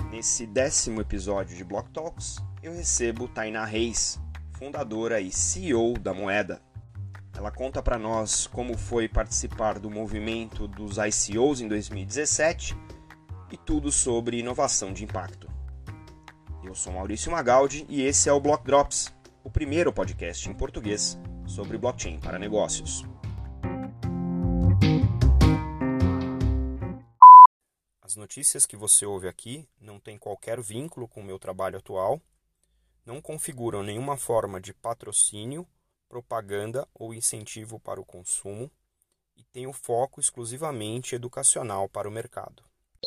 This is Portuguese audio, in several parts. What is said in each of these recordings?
Nesse 10º episódio de Block Talks, eu recebo Tainá Reis, fundadora e CEO da Moeda. Ela conta para nós como foi participar do movimento dos ICOs em 2017 e tudo sobre inovação de impacto. Eu sou Maurício Magaldi e esse é o Block Drops, o primeiro podcast em português sobre blockchain para negócios. As notícias que você ouve aqui não têm qualquer vínculo com o meu trabalho atual, não configuram nenhuma forma de patrocínio, propaganda ou incentivo para o consumo e têm o foco exclusivamente educacional para o mercado.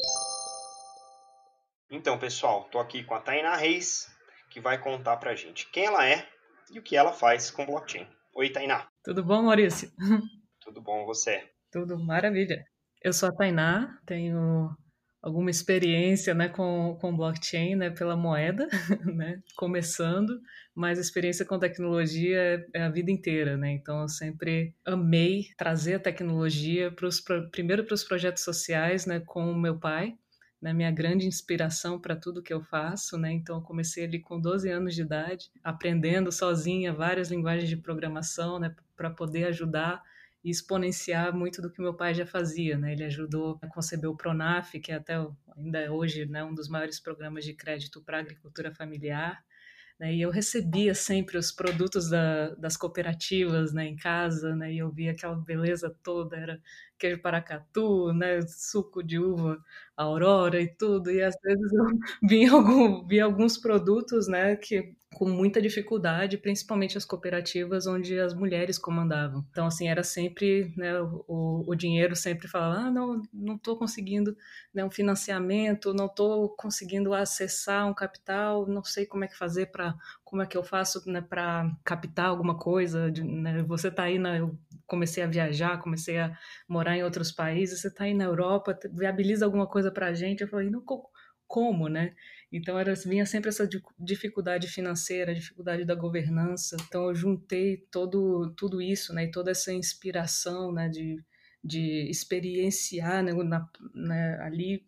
Então, pessoal, estou aqui com a Tainá Reis, que vai contar para a gente quem ela é e o que ela faz com blockchain. Oi, Tainá. Tudo bom, Maurício? Tudo bom, você? Tudo maravilha. Eu sou a Tainá, tenho alguma experiência, né, com blockchain, né, pela Moeda, né, começando, mas a experiência com tecnologia é a vida inteira, né, então eu sempre amei trazer a tecnologia primeiro para os projetos sociais, né, com o meu pai, né, minha grande inspiração para tudo que eu faço, né, então eu comecei ali com 12 anos de idade, aprendendo sozinha várias linguagens de programação, né, para poder ajudar e exponenciar muito do que meu pai já fazia, né? Ele ajudou a conceber o Pronaf, que é ainda é hoje, né, um dos maiores programas de crédito para a agricultura familiar, né? E eu recebia sempre os produtos das cooperativas, né, em casa, né? E eu via aquela beleza toda, era queijo paracatu, né, suco de uva Aurora e tudo. E às vezes eu via alguns produtos, né, que com muita dificuldade, principalmente as cooperativas onde as mulheres comandavam. Então, assim, era sempre, né, o dinheiro sempre falava, não estou conseguindo, né, um financiamento, não estou conseguindo acessar um capital, não sei como é que fazer como é que eu faço, né, para captar alguma coisa, né, você está aí, eu comecei a viajar, comecei a morar em outros países, você está aí na Europa, viabiliza alguma coisa para a gente, eu falei, não, como, né? Então vinha sempre essa dificuldade financeira, dificuldade da governança. Então eu juntei tudo isso, né, e toda essa inspiração, né, de experienciar, né, ali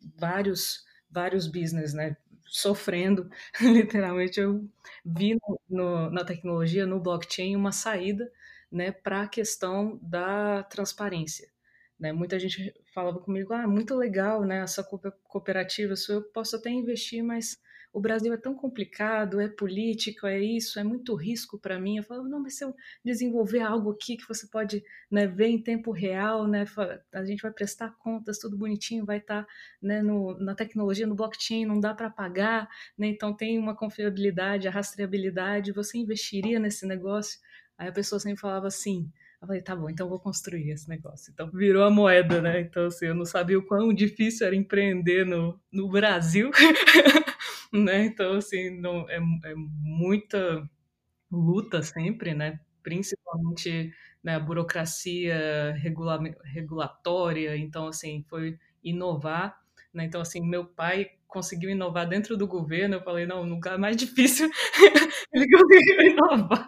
vários business, né, sofrendo. Literalmente eu vi na tecnologia, no blockchain, uma saída, né, para a questão da transparência. Né? Muita gente falava comigo, muito legal, né, essa cooperativa, eu posso até investir, mas o Brasil é tão complicado, é político, é isso, é muito risco para mim. Eu falava, não, mas se eu desenvolver algo aqui que você pode, né, ver em tempo real, né, a gente vai prestar contas, tudo bonitinho, vai estar, né, na tecnologia, no blockchain, não dá para pagar, né, então tem uma confiabilidade, a rastreabilidade, você investiria nesse negócio? Aí a pessoa sempre falava assim, eu falei, tá bom, então eu vou construir esse negócio. Então virou a moeda, né? Então, assim, eu não sabia o quão difícil era empreender no Brasil, né? Então, assim, não, é muita luta sempre, né? Principalmente, né, a burocracia regulatória. Então, assim, foi inovar, né? Então, assim, meu pai conseguiu inovar dentro do governo. Eu falei, não, nunca é mais difícil ele conseguiu inovar.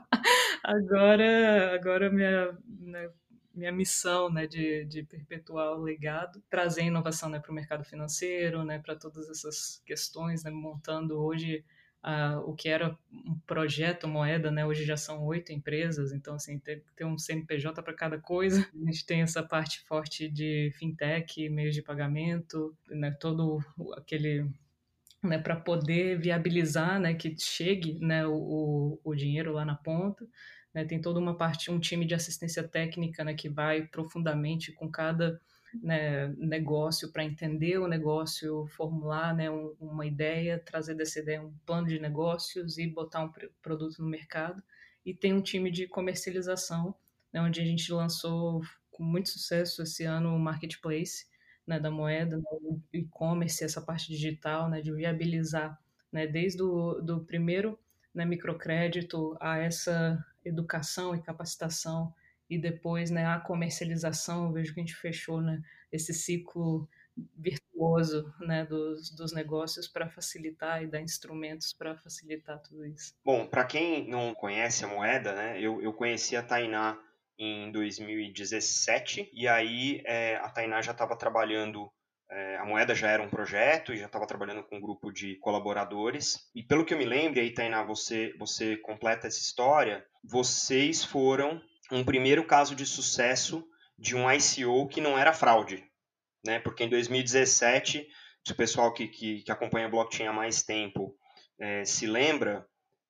Agora minha missão, né, de perpetuar o legado, trazer inovação, né, para o mercado financeiro, né, para todas essas questões, né, montando hoje o que era um projeto Moeda, né, hoje já são 8 empresas, então assim, ter um CNPJ para cada coisa. A gente tem essa parte forte de fintech, meios de pagamento, né, todo aquele, né, para poder viabilizar, né, que chegue, né, o dinheiro lá na ponta. Né, tem toda uma parte, um time de assistência técnica, né, que vai profundamente com cada, né, negócio para entender o negócio, formular, né, uma ideia, trazer dessa ideia um plano de negócios e botar um produto no mercado. E tem um time de comercialização, né, onde a gente lançou com muito sucesso esse ano o Marketplace, né, da Moeda, né, o e-commerce, essa parte digital, né, de viabilizar, né, desde do primeiro, né, microcrédito a essa educação e capacitação e depois, né, a comercialização. Eu vejo que a gente fechou, né, esse ciclo virtuoso, né, dos negócios para facilitar e dar instrumentos para facilitar tudo isso. Bom, para quem não conhece a Moeda, né, eu conheci a Tainá em 2017 e aí a Tainá já estava trabalhando A Moeda já era um projeto e já estava trabalhando com um grupo de colaboradores. E pelo que eu me lembro, e aí, Tainá, você completa essa história, vocês foram um primeiro caso de sucesso de um ICO que não era fraude, né? Porque em 2017, se o pessoal que acompanha a blockchain há mais tempo se lembra,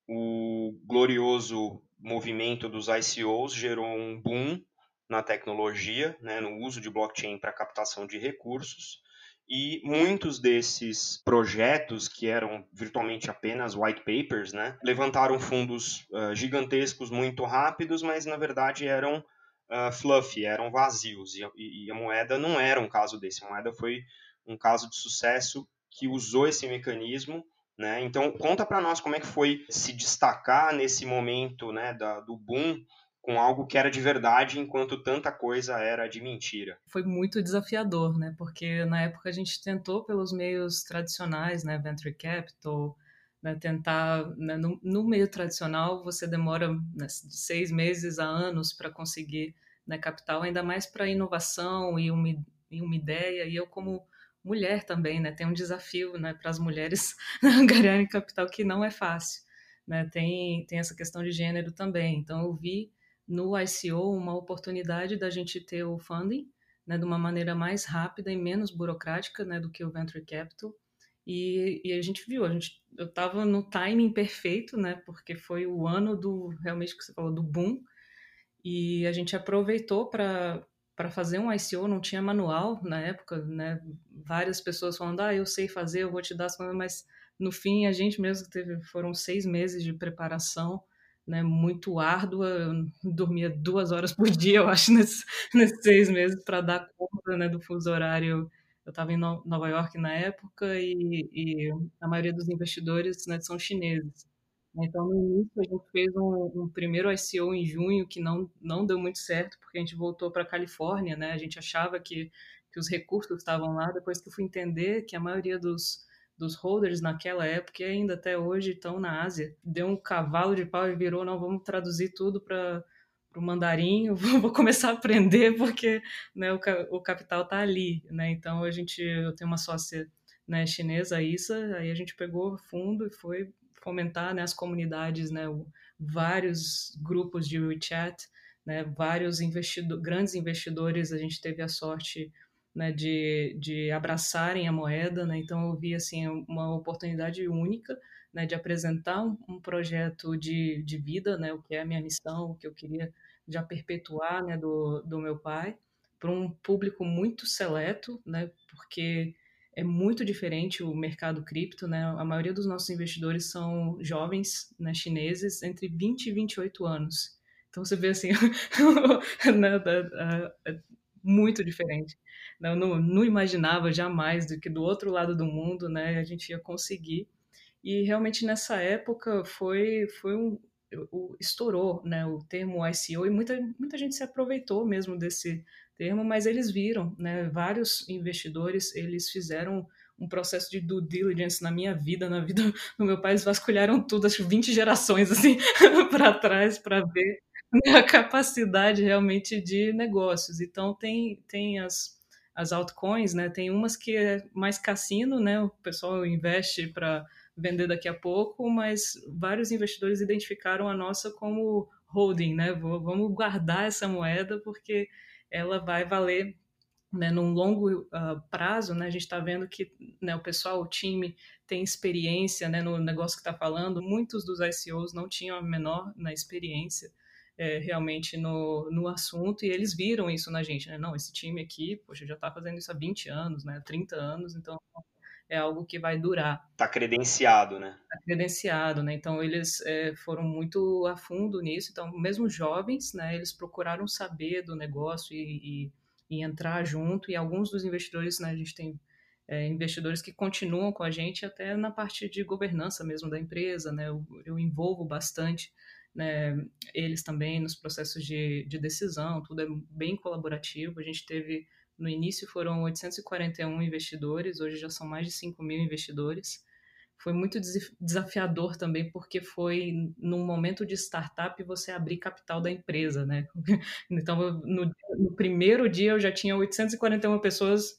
o glorioso movimento dos ICOs gerou um boom na tecnologia, né, no uso de blockchain para captação de recursos, e muitos desses projetos, que eram virtualmente apenas white papers, né, levantaram fundos gigantescos muito rápidos, mas na verdade eram fluffy, eram vazios, e a moeda não era um caso desse. A moeda foi um caso de sucesso que usou esse mecanismo, né? Então, conta para nós como é que foi se destacar nesse momento, né, do boom com algo que era de verdade, enquanto tanta coisa era de mentira. Foi muito desafiador, né? Porque na época a gente tentou pelos meios tradicionais, né? Venture capital, né? Tentar, né? No meio tradicional você demora, né, de 6 meses a anos para conseguir, né, capital, ainda mais para inovação e uma ideia. E eu como mulher também, né? Tem um desafio, né, para as mulheres ganharem capital que não é fácil, né? Tem essa questão de gênero também. Então eu vi no ICO uma oportunidade da gente ter o funding, né, de uma maneira mais rápida e menos burocrática, né, do que o venture capital. E a gente viu, eu estava no timing perfeito, né, porque foi o ano do, realmente, que você falou, do boom, e a gente aproveitou para fazer um ICO, não tinha manual na época, né? Várias pessoas falando, eu sei fazer, eu vou te dar as coisas, mas no fim a gente mesmo teve, foram 6 meses de preparação, né? Muito árdua, eu dormia 2 horas por dia, eu acho, nesses 6 meses para dar conta, né, do fuso horário. Eu estava em Nova York na época e a maioria dos investidores, né, são chineses. Então, no início, a gente fez um primeiro ICO em junho que não deu muito certo, porque a gente voltou para a Califórnia, né? A gente achava que os recursos estavam lá, depois que eu fui entender que a maioria dos holders naquela época e ainda até hoje estão na Ásia. Deu um cavalo de pau e virou, não, vamos traduzir tudo para o mandarim, eu vou começar a aprender porque, né, o capital está ali, né? Então, eu tenho uma sócia, né, chinesa, a Issa, aí a gente pegou fundo e foi fomentar, né, as comunidades, né, vários grupos de WeChat, né, vários grandes investidores, a gente teve a sorte, né, de abraçarem a moeda, né, então eu vi assim uma oportunidade única, né, de apresentar um projeto de vida, né, o que é a minha missão, o que eu queria já perpetuar, né, do meu pai, para um público muito seleto, né, porque é muito diferente o mercado cripto, né? A maioria dos nossos investidores são jovens, né, chineses, entre 20 e 28 anos. Então você vê assim, né, é muito diferente. Eu não imaginava jamais do que do outro lado do mundo, né, a gente ia conseguir. E realmente nessa época foi estourou, né, o termo ICO e muita gente se aproveitou mesmo desse termo, mas eles viram, né, vários investidores, eles fizeram um processo de due diligence na minha vida, na vida do meu pai, eles vasculharam tudo, acho que 20 gerações assim para trás para ver, né, a capacidade realmente de negócios. Então tem as altcoins, né? Tem umas que é mais cassino, né? O pessoal investe para vender daqui a pouco, mas vários investidores identificaram a nossa como holding, né? Vamos guardar essa moeda porque ela vai valer, né, num longo prazo, né? A gente está vendo que, né, o pessoal, o time tem experiência, né, no negócio que está falando. Muitos dos ICOs não tinham a menor, né, experiência realmente no assunto e eles viram isso na gente, né? Não, esse time aqui, poxa, já está fazendo isso há 20 anos, né? 30 anos, então é algo que vai durar. Tá credenciado, né? Credenciado, né? Então eles foram muito a fundo nisso. Então, mesmo jovens, né, eles procuraram saber do negócio e entrar junto. E alguns dos investidores, né, a gente tem investidores que continuam com a gente até na parte de governança mesmo da empresa, né? Eu envolvo bastante, né, eles também nos processos de decisão. Tudo é bem colaborativo. A gente teve no início foram 841 investidores, hoje já são mais de 5.000 investidores. Foi muito desafiador também, porque foi num momento de startup você abrir capital da empresa, né? Então, no primeiro dia eu já tinha 841 pessoas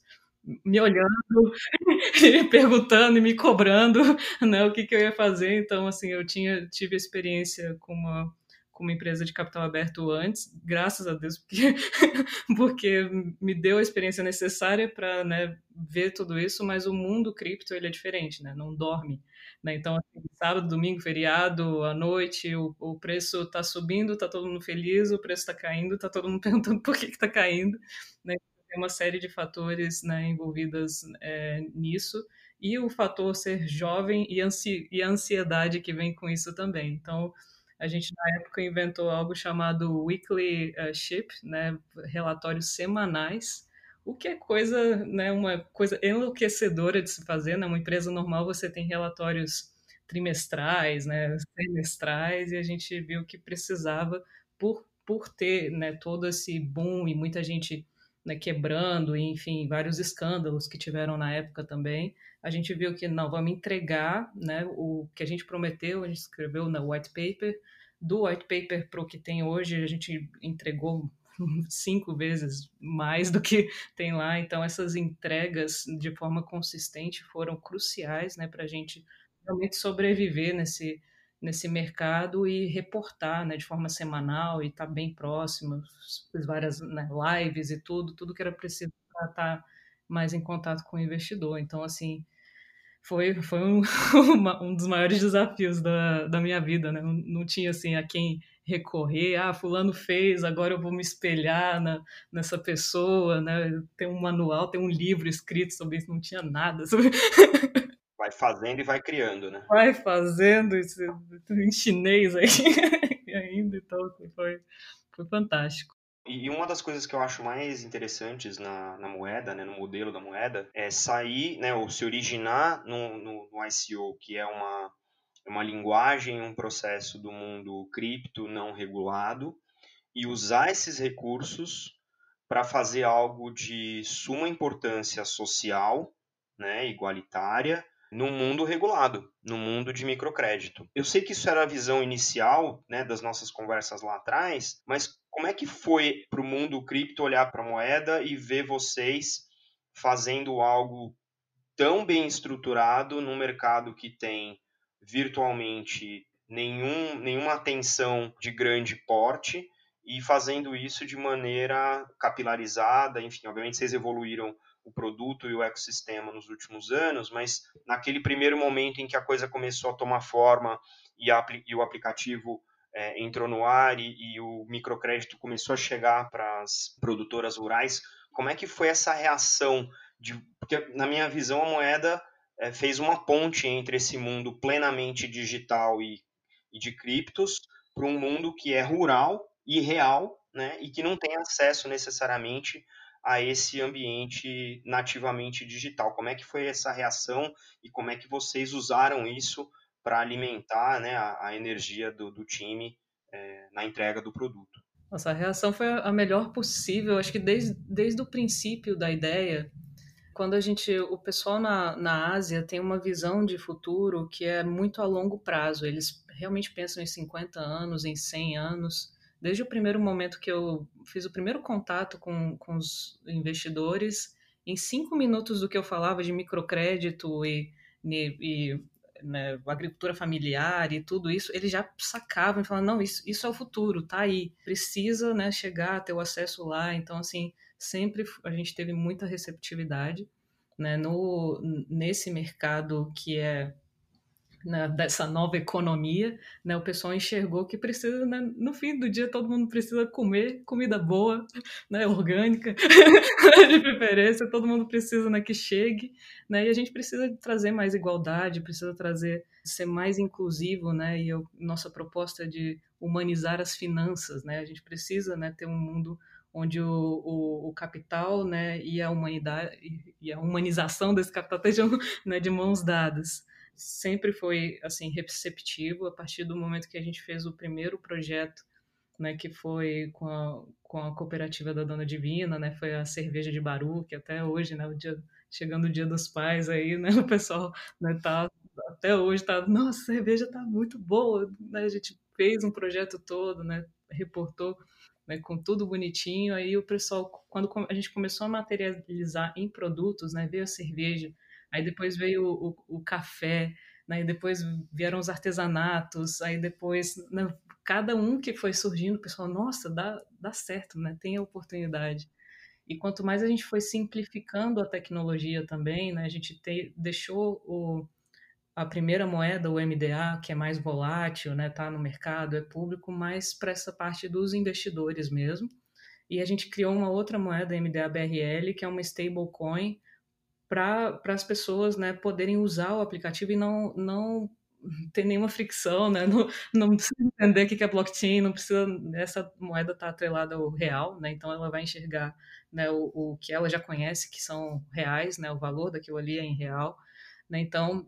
me olhando, perguntando e me cobrando, né, o que que eu ia fazer. Então, assim, tive experiência com uma empresa de capital aberto antes, graças a Deus, porque, porque me deu a experiência necessária para, né, ver tudo isso, mas o mundo cripto ele é diferente, né, não dorme. Né? Então, assim, sábado, domingo, feriado, à noite, o preço está subindo, está todo mundo feliz, o preço está caindo, está todo mundo perguntando por que está caindo. Né? Tem uma série de fatores, né, envolvidas nisso, e o fator ser jovem e a ansiedade que vem com isso também. Então, a gente na época inventou algo chamado Weekly Ship, né, relatórios semanais, o que é coisa, né, uma coisa enlouquecedora de se fazer. Né? Uma empresa normal você tem relatórios trimestrais, né, semestrais, e a gente viu que precisava por ter, né, todo esse boom e muita gente, né, quebrando, e, enfim, vários escândalos que tiveram na época também. A gente viu que não, vamos entregar, né, o que a gente prometeu, a gente escreveu na white paper. Do white paper para o que tem hoje, a gente entregou 5 vezes mais do que tem lá. Então, essas entregas de forma consistente foram cruciais, né, para a gente realmente sobreviver nesse mercado e reportar, né, de forma semanal e estar tá bem próximo, as várias, né, lives e tudo que era preciso para estar tá mais em contato com o investidor. Então, assim, foi um dos maiores desafios da minha vida, né? Não tinha, assim, a quem recorrer. Ah, fulano fez, agora eu vou me espelhar nessa pessoa, né? Tem um manual, tem um livro escrito sobre isso, não tinha nada. Vai fazendo e vai criando, né? Vai fazendo isso em chinês aí ainda, então assim, foi fantástico. E uma das coisas que eu acho mais interessantes na moeda, né, no modelo da moeda, é sair, né, ou se originar no ICO, que é uma linguagem, um processo do mundo cripto não regulado, e usar esses recursos para fazer algo de suma importância social, né, igualitária, no mundo regulado, no mundo de microcrédito. Eu sei que isso era a visão inicial, né, das nossas conversas lá atrás, mas como é que foi para o mundo cripto olhar para a moeda e ver vocês fazendo algo tão bem estruturado num mercado que tem virtualmente nenhuma atenção de grande porte e fazendo isso de maneira capilarizada? Enfim, obviamente vocês evoluíram o produto e o ecossistema nos últimos anos, mas naquele primeiro momento em que a coisa começou a tomar forma e o aplicativo entrou no ar e o microcrédito começou a chegar para as produtoras rurais, como é que foi essa reação? Porque, na minha visão, a moeda fez uma ponte entre esse mundo plenamente digital e de criptos para um mundo que é rural e real, né, e que não tem acesso necessariamente a esse ambiente nativamente digital. Como é que foi essa reação e como é que vocês usaram isso para alimentar, né, a energia do time na entrega do produto? Nossa, a reação foi a melhor possível, acho que desde o princípio da ideia. Quando o pessoal na Ásia tem uma visão de futuro que é muito a longo prazo, eles realmente pensam em 50 anos, em 100 anos. Desde o primeiro momento que eu fiz o primeiro contato com os investidores, em 5 minutos do que eu falava de microcrédito e né, agricultura familiar e tudo isso, eles já sacavam e falavam, não, isso é o futuro, tá aí, precisa, né, chegar, ter o acesso lá. Então, assim, sempre a gente teve muita receptividade, né, nesse mercado que é, né, dessa nova economia. Né, o pessoal enxergou que precisa, né, no fim do dia todo mundo precisa comer comida boa, né, orgânica, de preferência, todo mundo precisa, né, que chegue, né, e a gente precisa trazer mais igualdade, precisa ser mais inclusivo, né, e nossa proposta é de humanizar as finanças, né, a gente precisa, né, ter um mundo onde o capital, né, e a humanidade e a humanização desse capital estejam, né, de mãos dadas. Sempre foi assim receptivo a partir do momento que a gente fez o primeiro projeto, né, que foi com a cooperativa da Dona Divina, né, foi a cerveja de Baru, que até hoje, né, chegando o Dia dos Pais aí, né, o pessoal, né, até hoje tá, nossa, a cerveja tá muito boa, né, a gente fez um projeto todo, né, reportou, né, com tudo bonitinho. Aí o pessoal, quando a gente começou a materializar em produtos, né, veio a cerveja, aí depois veio o café, né, e depois vieram os artesanatos, aí depois, né, cada um que foi surgindo, o pessoal, nossa, dá certo, né, tem a oportunidade. E quanto mais a gente foi simplificando a tecnologia também, né, a gente deixou a primeira moeda, o MDA, que é mais volátil, né, tá no mercado, é público, mais para essa parte dos investidores mesmo. E a gente criou uma outra moeda, MDA-BRL, que é uma stablecoin para as pessoas, né, poderem usar o aplicativo e não ter nenhuma fricção, né? Não precisa entender o que é blockchain, não precisa. Essa moeda está atrelada ao real, né? Então ela vai enxergar, né, o que ela já conhece, que são reais, né? O valor daquilo ali é em real, né? Então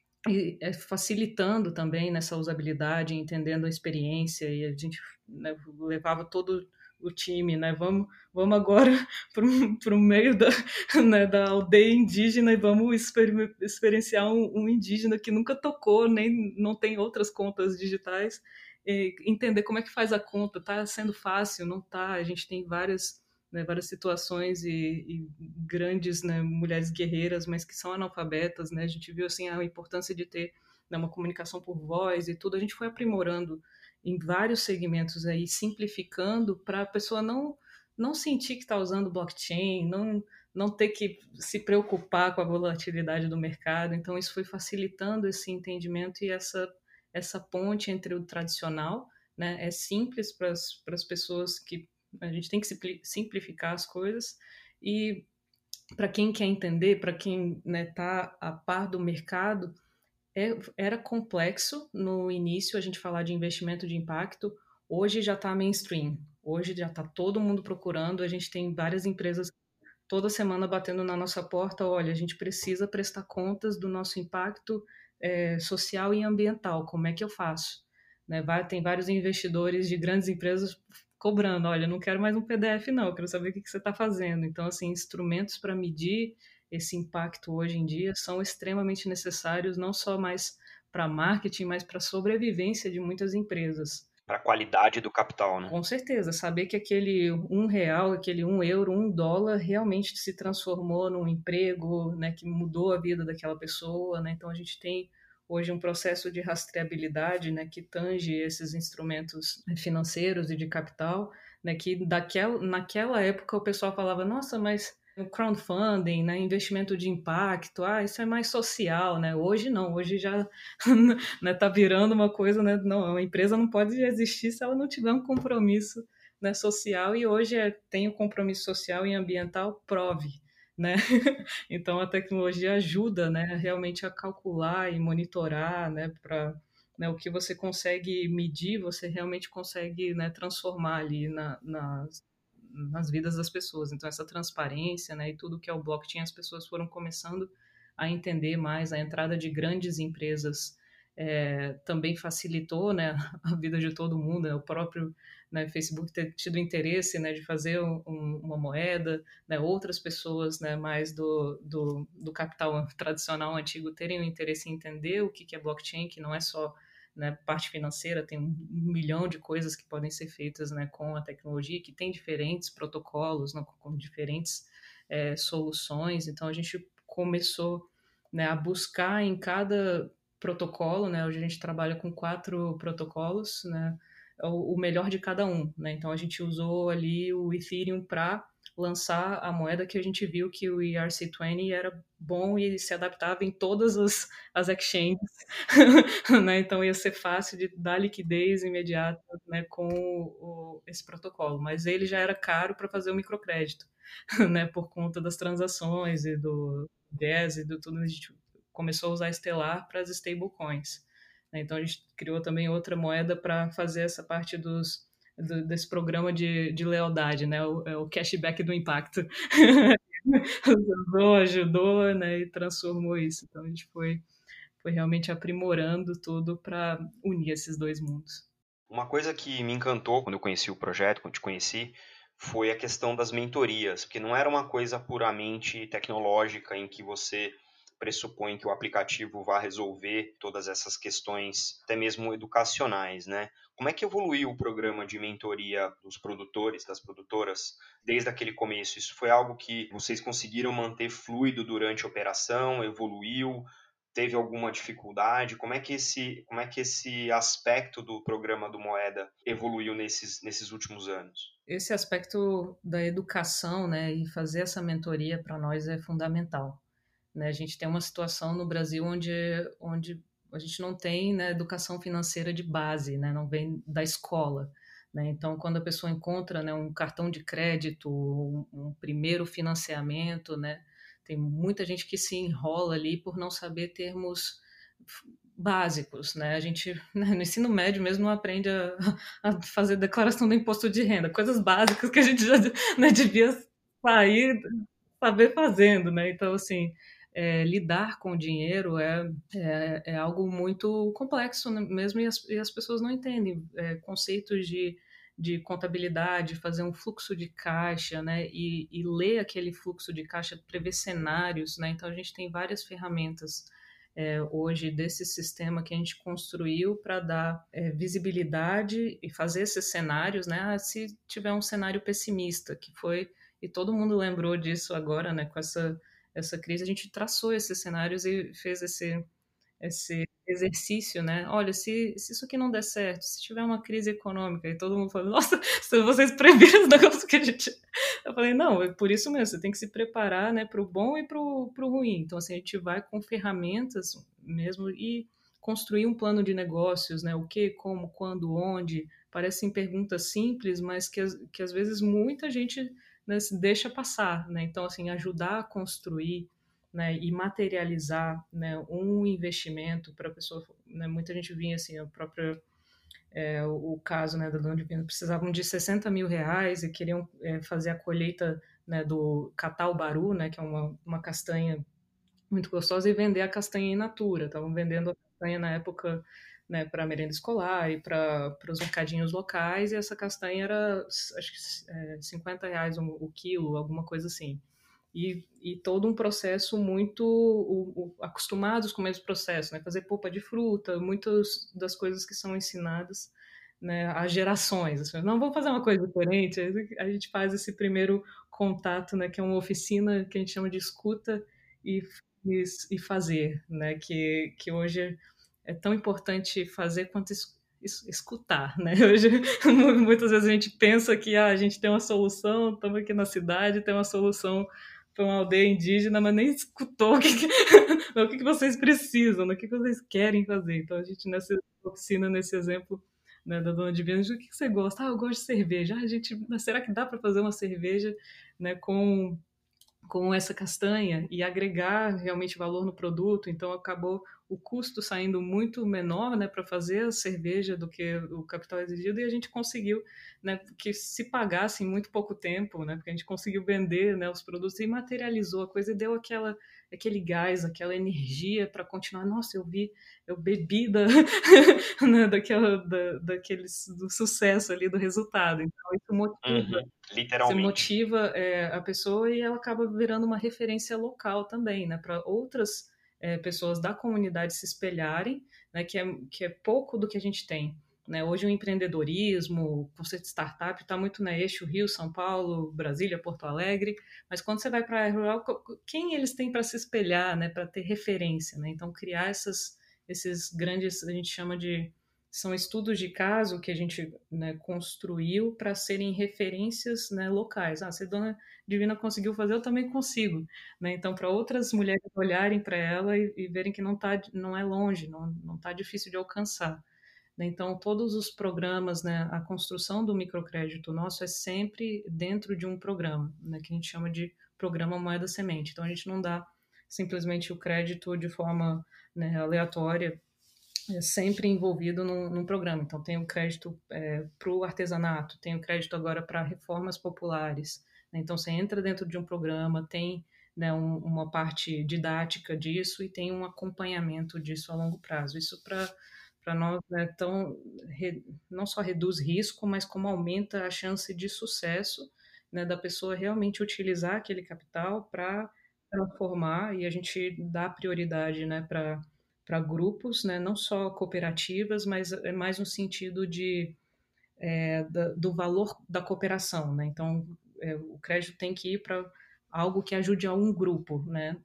facilitando também nessa usabilidade, entendendo a experiência, e a gente, né, levava todo o time, né, vamos agora para o meio da, né, da aldeia indígena e vamos experienciar um indígena que nunca tocou, nem não tem outras contas digitais, e entender como é que faz a conta, tá sendo fácil, não tá, a gente tem várias situações e grandes, né, mulheres guerreiras, mas que são analfabetas, né? A gente viu assim a importância de ter, né, uma comunicação por voz e tudo. A gente foi aprimorando em vários segmentos aí, simplificando para a pessoa não sentir que está usando blockchain, não ter que se preocupar com a volatilidade do mercado. Então isso foi facilitando esse entendimento e essa ponte entre o tradicional, né? É simples para as pessoas que a gente tem que simplificar as coisas e para quem quer entender, para quem está, a par do mercado, era complexo no início a gente falar de investimento de impacto. Hoje já está mainstream. Hoje já está todo mundo procurando. A gente tem várias empresas toda semana batendo na nossa porta. Olha, a gente precisa prestar contas do nosso impacto social e ambiental. Como é que eu faço? Né, tem vários investidores de grandes empresas cobrando, olha, não quero mais um PDF não, eu quero saber o que você está fazendo. Então, assim, instrumentos para medir esse impacto hoje em dia são extremamente necessários, não só mais para marketing, mas para a sobrevivência de muitas empresas. Para a qualidade do capital, né? Com certeza, saber que aquele R$ 1, aquele €1, $1 realmente se transformou num emprego, né, que mudou a vida daquela pessoa, né? Então a gente tem hoje um processo de rastreabilidade, né, que tange esses instrumentos financeiros e de capital, né, que naquela época o pessoal falava, nossa, mas o crowdfunding, né, investimento de impacto, isso é mais social, né? Hoje não, hoje já né, tá virando uma coisa, né? Não, uma empresa não pode existir se ela não tiver um compromisso, né, social, e hoje tem o compromisso social e ambiental, prove, né? Então a tecnologia ajuda, né, realmente a calcular e monitorar, né, para, né, o que você consegue medir, você realmente consegue, né, transformar ali nas vidas das pessoas. Então essa transparência, né, e tudo que é o blockchain, as pessoas foram começando a entender mais. A entrada de grandes empresas também facilitou, né, a vida de todo mundo, né, o próprio, né, Facebook ter tido interesse, né, de fazer uma moeda, né, outras pessoas, né, mais do capital tradicional antigo terem o interesse em entender o que é blockchain, que não é só, né, parte financeira, tem 1 milhão de coisas que podem ser feitas, né, com a tecnologia, que tem diferentes protocolos, né, com diferentes soluções. Então a gente começou, né, a buscar em cada protocolo, né? Hoje a gente trabalha com 4 protocolos, né? O melhor de cada um, né? Então a gente usou ali o Ethereum para lançar a moeda, que a gente viu que o ERC20 era bom e se adaptava em todas as exchanges, né? Então ia ser fácil de dar liquidez imediata, né, com esse protocolo, mas ele já era caro para fazer o microcrédito, né, por conta das transações e do gas e do tudo. A gente começou a usar Stellar para as stablecoins. Então a gente criou também outra moeda para fazer essa parte desse programa de lealdade, né? O cashback do impacto. Ajudou, né? E transformou isso. Então a gente foi realmente aprimorando tudo para unir esses dois mundos. Uma coisa que me encantou quando eu conheci o projeto, quando te conheci, foi a questão das mentorias, porque não era uma coisa puramente tecnológica em que você pressupõe que o aplicativo vá resolver todas essas questões, até mesmo educacionais, né? Como é que evoluiu o programa de mentoria dos produtores, das produtoras, desde aquele começo? Isso foi algo que vocês conseguiram manter fluido durante a operação? Evoluiu? Teve alguma dificuldade? Como é que esse aspecto do programa do Moeda evoluiu nesses últimos anos? Esse aspecto da educação, né, e fazer essa mentoria para nós é fundamental, né? A gente tem uma situação no Brasil onde a gente não tem, né, educação financeira de base, né, não vem da escola, né? Então, quando a pessoa encontra, né, um cartão de crédito, um primeiro financiamento, né, tem muita gente que se enrola ali por não saber termos básicos, né? A gente, né, no ensino médio mesmo não aprende a fazer declaração do imposto de renda, coisas básicas que a gente já, né, devia sair saber fazendo, né? Então, assim, lidar com o dinheiro é algo muito complexo, né, mesmo, e as pessoas não entendem conceitos de contabilidade, fazer um fluxo de caixa, né? E ler aquele fluxo de caixa, prever cenários, né? Então, a gente tem várias ferramentas hoje desse sistema que a gente construiu para dar visibilidade e fazer esses cenários, né? Ah, se tiver um cenário pessimista, que foi e todo mundo lembrou disso agora, né? Com essa crise, a gente traçou esses cenários e fez esse exercício, né? Olha, se isso aqui não der certo, se tiver uma crise econômica, e todo mundo falou, nossa, se vocês previram os negócios que a gente. Eu falei, não, é por isso mesmo, você tem que se preparar, né, para o bom e para o ruim. Então, assim, a gente vai com ferramentas mesmo e construir um plano de negócios, né? O que, como, quando, onde. Parecem perguntas simples, mas que às vezes muita gente, né, se deixa passar, né? Então, assim, ajudar a construir, né, e materializar, né, um investimento para a pessoa, né, muita gente vinha assim, a própria o caso, né, da Dona Divina, precisavam de 60 mil reais e queriam fazer a colheita, né, do Catalbaru, né, que é uma castanha muito gostosa, e vender a castanha in natura. Estavam vendendo a castanha na época, né, para merenda escolar e para os mercadinhos locais, e essa castanha era, acho que, R$ 50 o quilo, alguma coisa assim. E todo um processo muito acostumados com o mesmo processo, né? Fazer polpa de fruta, muitas das coisas que são ensinadas, né, às gerações. Assim, não, vamos fazer uma coisa diferente. A gente faz esse primeiro contato, né, que é uma oficina que a gente chama de escuta e, e fazer, né, que hoje é tão importante fazer quanto escutar, né? Hoje, muitas vezes a gente pensa que a gente tem uma solução, estamos aqui na cidade, tem uma solução para uma aldeia indígena, mas nem escutou o que vocês precisam, o que vocês querem fazer. Então, a gente, nessa oficina, nesse exemplo, né, da Dona Divina, o que você gosta? Ah, eu gosto de cerveja. Ah, gente, será que dá para fazer uma cerveja, né, com essa castanha e agregar realmente valor no produto? Então acabou o custo saindo muito menor, né, para fazer a cerveja do que o capital exigido, e a gente conseguiu, né, que se pagasse em muito pouco tempo, né, porque a gente conseguiu vender, né, os produtos e materializou a coisa e deu aquele gás, aquela energia para continuar. Nossa, eu bebi né, do sucesso ali, do resultado. Então isso motiva. Uhum, Você literalmente. motiva a pessoa e ela acaba virando uma referência local também, né, para outras pessoas da comunidade se espelharem, né, que é pouco do que a gente tem. Né? Hoje o empreendedorismo, o conceito de startup está muito na eixo Rio, São Paulo, Brasília, Porto Alegre, mas quando você vai para a área rural, quem eles têm para se espelhar, né, para ter referência? Né? Então, criar esses grandes, a gente chama de são estudos de caso que a gente, né, construiu para serem referências, né, locais. Ah, se a Dona Divina conseguiu fazer, eu também consigo. Né? Então, para outras mulheres olharem para ela e verem que não é longe, não está difícil de alcançar. Né? Então, todos os programas, né, a construção do microcrédito nosso é sempre dentro de um programa, né, que a gente chama de programa Moeda Semente. Então, a gente não dá simplesmente o crédito de forma, né, aleatória, sempre envolvido num programa. Então, tem o crédito para o artesanato, tem o crédito agora para reformas populares. Né? Então, você entra dentro de um programa, tem, né, uma parte didática disso e tem um acompanhamento disso a longo prazo. Isso para nós, né, não só reduz risco, mas como aumenta a chance de sucesso, né, da pessoa realmente utilizar aquele capital para transformar e a gente dá prioridade, né, para grupos, né, não só cooperativas, mas é mais no sentido do valor da cooperação, né? Então, o crédito tem que ir para algo que ajude a um grupo, né?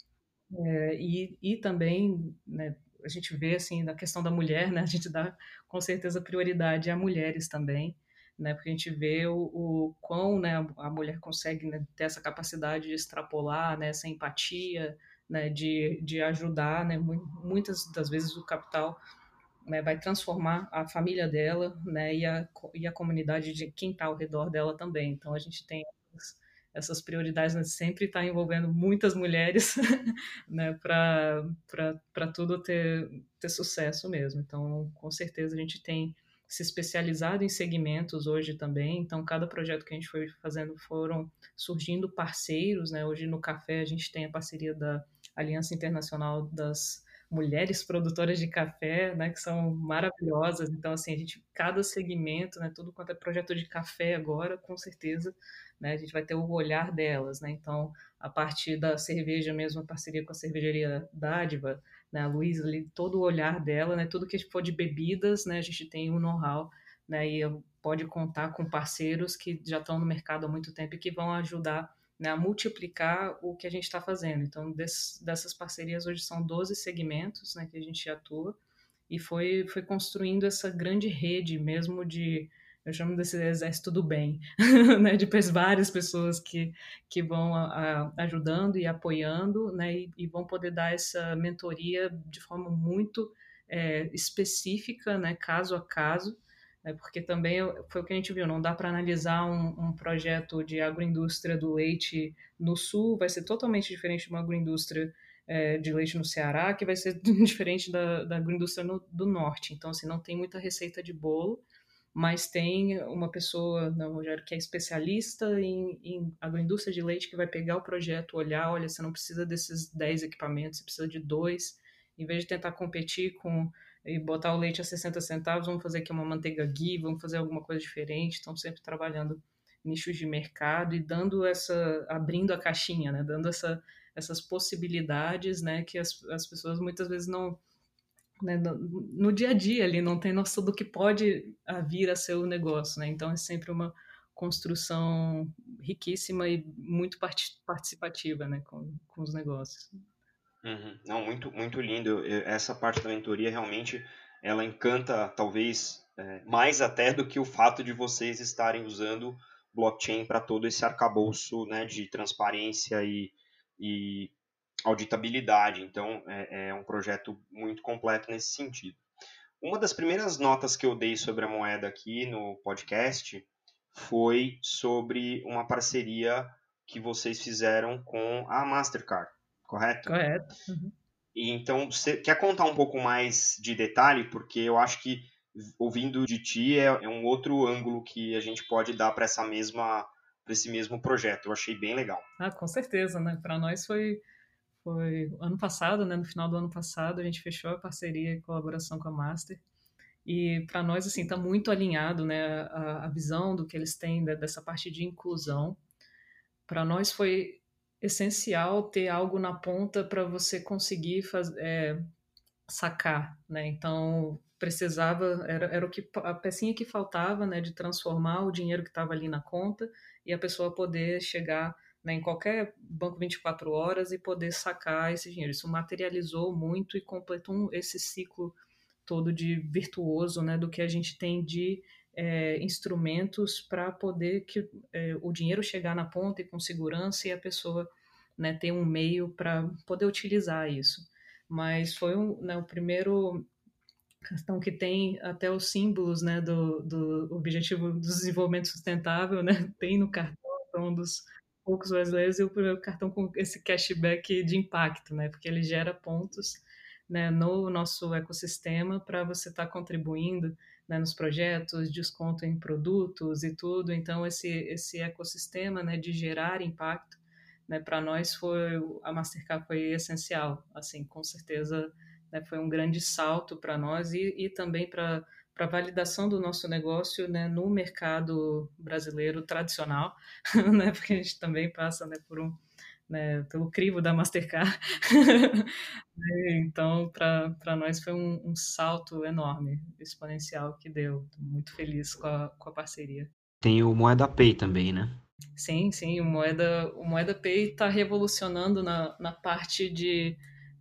E também, né, a gente vê assim da questão da mulher, né? A gente dá com certeza prioridade a mulheres também, né? Porque a gente vê o quão, né, a mulher consegue, né, ter essa capacidade de extrapolar, né, essa empatia, né, de ajudar, né? Muitas das vezes o capital, né, vai transformar a família dela, né, e a comunidade de quem está ao redor dela também. Então a gente tem essas prioridades, né, sempre está envolvendo muitas mulheres, né, para tudo ter sucesso mesmo. Então, com certeza a gente tem se especializado em segmentos hoje também. Então, cada projeto que a gente foi fazendo foram surgindo parceiros, né? Hoje no café a gente tem a parceria da Aliança Internacional das Mulheres Produtoras de Café, né, que são maravilhosas. Então, assim, cada segmento, né, tudo quanto é projeto de café agora, com certeza, né, a gente vai ter o olhar delas, né? Então, a partir da cerveja mesmo, a parceria com a cervejaria Dádiva, né, a Luísa ali, todo o olhar dela, né, tudo que for de bebidas, né, a gente tem um know-how, né, e pode contar com parceiros que já estão no mercado há muito tempo e que vão ajudar, né, a multiplicar o que a gente está fazendo. Então, dessas parcerias, hoje são 12 segmentos, né, que a gente atua, e foi construindo essa grande rede mesmo eu chamo desse exército do bem, né, de várias pessoas que vão ajudando e apoiando, né, e vão poder dar essa mentoria de forma muito específica, né, caso a caso, né, porque também foi o que a gente viu, não dá para analisar um projeto de agroindústria do leite no sul, vai ser totalmente diferente de uma agroindústria de leite no Ceará, que vai ser diferente da agroindústria do norte. Então, assim, não tem muita receita de bolo, mas tem uma pessoa, né, Rogério, que é especialista em agroindústria de leite, que vai pegar o projeto, olhar, olha, você não precisa desses 10 equipamentos, você precisa de dois, em vez de tentar competir e botar o leite a 60 centavos, vamos fazer aqui uma manteiga ghee, vamos fazer alguma coisa diferente, estão sempre trabalhando nichos de mercado e abrindo a caixinha, né, dando essas possibilidades, né, que as pessoas muitas vezes não, né, no dia a dia ali não tem noção do que pode vir a ser o negócio, né? Então é sempre uma construção riquíssima e muito participativa, né, com os negócios. Uhum. Não, muito, muito lindo. Essa parte da mentoria realmente ela encanta, talvez, mais até do que o fato de vocês estarem usando blockchain para todo esse arcabouço, né, de transparência e auditabilidade. Então, é um projeto muito completo nesse sentido. Uma das primeiras notas que eu dei sobre a moeda aqui no podcast foi sobre uma parceria que vocês fizeram com a Mastercard, correto? Correto. Uhum. E então, você quer contar um pouco mais de detalhe? Porque eu acho que ouvindo de ti é um outro ângulo que a gente pode dar para para esse mesmo projeto. Eu achei bem legal. Com certeza, né? Para nós foi ano passado, né? No final do ano passado, a gente fechou a parceria e colaboração com a Master. E para nós, assim, está muito alinhado, né? A visão do que eles têm dessa parte de inclusão. Para nós foi essencial ter algo na ponta para você conseguir sacar, né? Então precisava, era a pecinha que faltava, né, de transformar o dinheiro que estava ali na conta e a pessoa poder chegar, né, em qualquer banco 24 horas e poder sacar esse dinheiro. Isso materializou muito e completou esse ciclo todo de virtuoso, né, do que a gente tem de instrumentos para poder que o dinheiro chegar na ponta e com segurança e a pessoa, né, ter um meio para poder utilizar isso. Mas foi né, o primeiro cartão que tem até os símbolos, né, do Objetivo do Desenvolvimento Sustentável, né, tem no cartão, é um dos poucos brasileiros, e o primeiro cartão com esse cashback de impacto, né, porque ele gera pontos, né, no nosso ecossistema para você estar contribuindo, né, nos projetos, desconto em produtos e tudo. Então esse ecossistema, né, de gerar impacto, né, para nós a Mastercard foi essencial, assim, com certeza, né, foi um grande salto para nós e também para a validação do nosso negócio, né, no mercado brasileiro tradicional, né, porque a gente também passa, né, por né, pelo crivo da Mastercard. Então, para nós foi um salto enorme, exponencial que deu. Tô muito feliz com a parceria. Tem o Moeda Pay também, né? Sim, sim, o Moeda Pay está revolucionando na parte de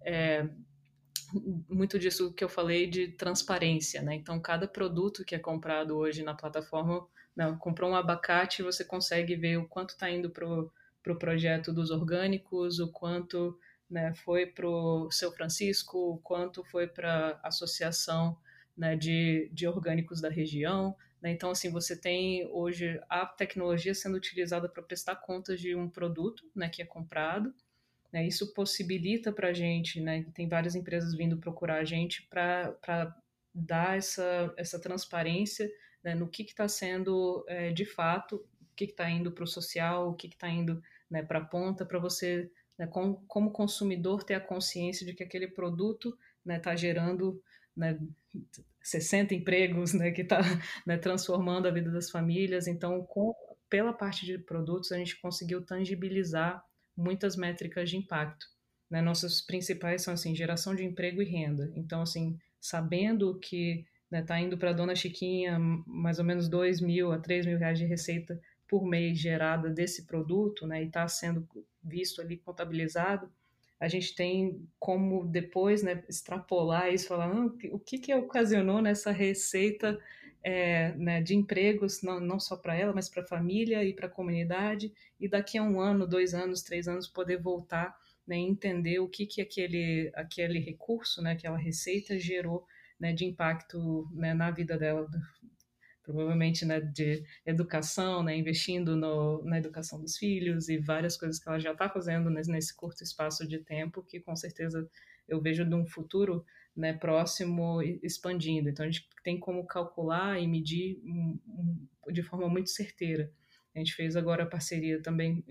muito disso que eu falei de transparência, né? Então, cada produto que é comprado hoje na plataforma, não, comprou um abacate, você consegue ver o quanto está indo para o projeto dos orgânicos, o quanto, né, foi para o Seu Francisco, o quanto foi para a associação, né, de orgânicos da região. Né? Então, assim, você tem hoje a tecnologia sendo utilizada para prestar contas de um produto, né, que é comprado, né? Isso possibilita para a gente, né? Tem várias empresas vindo procurar a gente para dar essa transparência, né, no que está sendo de fato, o que está indo para o social, o que está indo, né, para a ponta, para você, né, como consumidor, ter a consciência de que aquele produto está, né, gerando, né, 60 empregos, né, que está, né, transformando a vida das famílias. Então, pela parte de produtos, a gente conseguiu tangibilizar muitas métricas de impacto. Né? Nossas principais são assim, geração de emprego e renda. Então, assim, sabendo que está, né, indo para a dona Chiquinha mais ou menos 2 mil a 3 mil reais de receita por mês gerada desse produto, né, e está sendo visto ali, contabilizado, a gente tem como depois, né, extrapolar isso, falar o que ocasionou nessa receita, né, de empregos, não só para ela, mas para a família e para a comunidade, e daqui a 1 ano, 2 anos, 3 anos, poder voltar, né, e entender o que aquele recurso, né, aquela receita gerou, né, de impacto, né, na vida dela, provavelmente, né, de educação, né, investindo na educação dos filhos e várias coisas que ela já está fazendo nesse curto espaço de tempo, que com certeza eu vejo de um futuro, né, próximo expandindo. Então a gente tem como calcular e medir de forma muito certeira. A gente fez agora a parceria também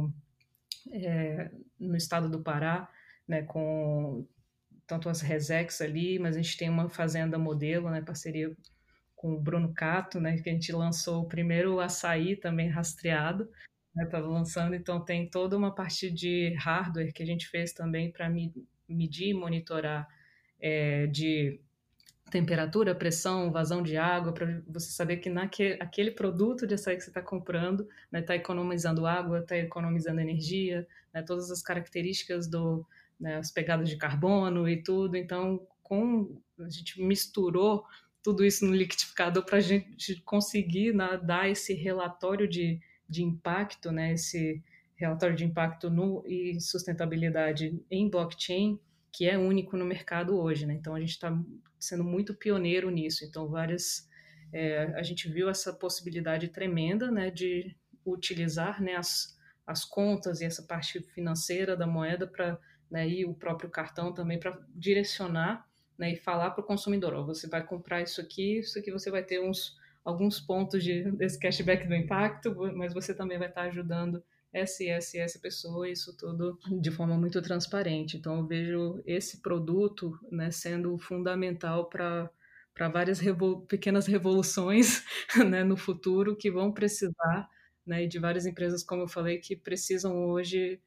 no estado do Pará, né, com tanto as Resex ali, mas a gente tem uma fazenda modelo, né, parceria com o Bruno Cato, né, que a gente lançou o primeiro açaí também rastreado, né, tá lançando, então tem toda uma parte de hardware que a gente fez também para medir e monitorar de temperatura, pressão, vazão de água, para você saber que aquele produto de açaí que você está comprando está, né, economizando água, está economizando energia, né, todas as características né, as pegadas de carbono e tudo. Então, a gente misturou tudo isso no liquidificador para a gente conseguir, né, dar esse relatório de impacto, né, esse relatório de impacto e sustentabilidade em blockchain, que é único no mercado hoje, né? Então a gente está sendo muito pioneiro nisso. Então a gente viu essa possibilidade tremenda, né, de utilizar, né, as contas e essa parte financeira da moeda para, né, e o próprio cartão também para direcionar, né, e falar para o consumidor, ó, você vai comprar isso aqui você vai ter alguns pontos desse cashback do impacto, mas você também vai estar ajudando essa pessoa, isso tudo de forma muito transparente. Então, eu vejo esse produto, né, sendo fundamental para várias pequenas revoluções, né, no futuro que vão precisar, né, e de várias empresas, como eu falei, que precisam hoje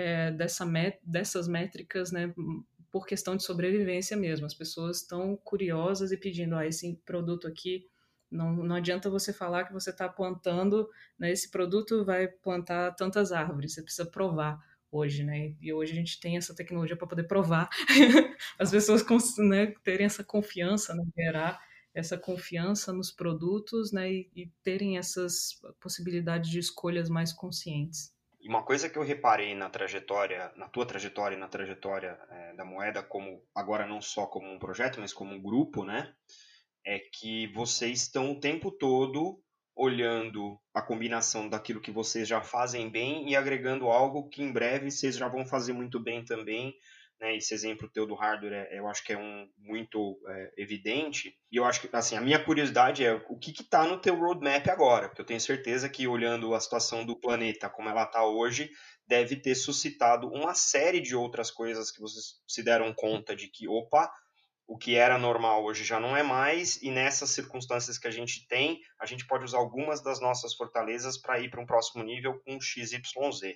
dessas métricas, né, por questão de sobrevivência mesmo. As pessoas estão curiosas e pedindo, esse produto aqui, não adianta você falar que você está plantando, né, esse produto vai plantar tantas árvores, você precisa provar hoje, né? E hoje a gente tem essa tecnologia para poder provar as pessoas, né, terem essa confiança, né, gerar essa confiança nos produtos, né, e terem essas possibilidades de escolhas mais conscientes. E uma coisa que eu reparei na trajetória, na tua trajetória e na trajetória da Moeda, como agora não só como um projeto, mas como um grupo, né? É que vocês estão o tempo todo olhando a combinação daquilo que vocês já fazem bem e agregando algo que em breve vocês já vão fazer muito bem também. Né? Esse exemplo teu do hardware, eu acho que é muito evidente. E eu acho que, assim, a minha curiosidade é o que está no teu roadmap agora, porque eu tenho certeza que olhando a situação do planeta como ela está hoje, deve ter suscitado uma série de outras coisas que vocês se deram conta de que, opa, o que era normal hoje já não é mais, e nessas circunstâncias que a gente tem, a gente pode usar algumas das nossas fortalezas para ir para um próximo nível com XYZ.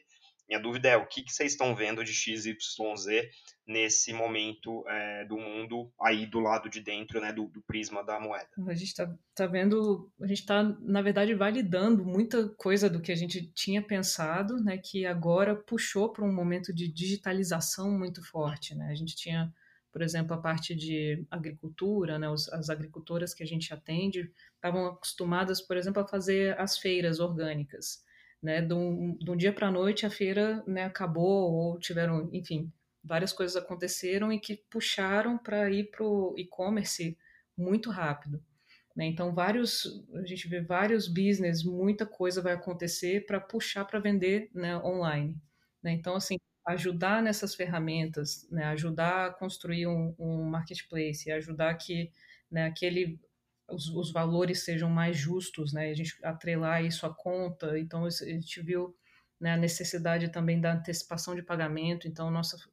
Minha dúvida é o que vocês estão vendo de XYZ nesse momento do mundo aí do lado de dentro, né, do prisma da moeda. A gente tá vendo, a gente está, na verdade, validando muita coisa do que a gente tinha pensado, né, que agora puxou para um momento de digitalização muito forte, né? A gente tinha, por exemplo, a parte de agricultura, né, as agricultoras que a gente atende estavam acostumadas, por exemplo, a fazer as feiras orgânicas, né? De um dia para a noite a feira, né, acabou ou tiveram, enfim, várias coisas aconteceram e que puxaram para ir para o e-commerce muito rápido, né? Então, a gente vê vários business, muita coisa vai acontecer para puxar para vender, né, online. Né? Então, assim, ajudar nessas ferramentas, né, ajudar a construir um marketplace, ajudar que, né, os valores sejam mais justos, né, a gente atrelar isso à conta. Então, a gente viu, né, a necessidade também da antecipação de pagamento. Então,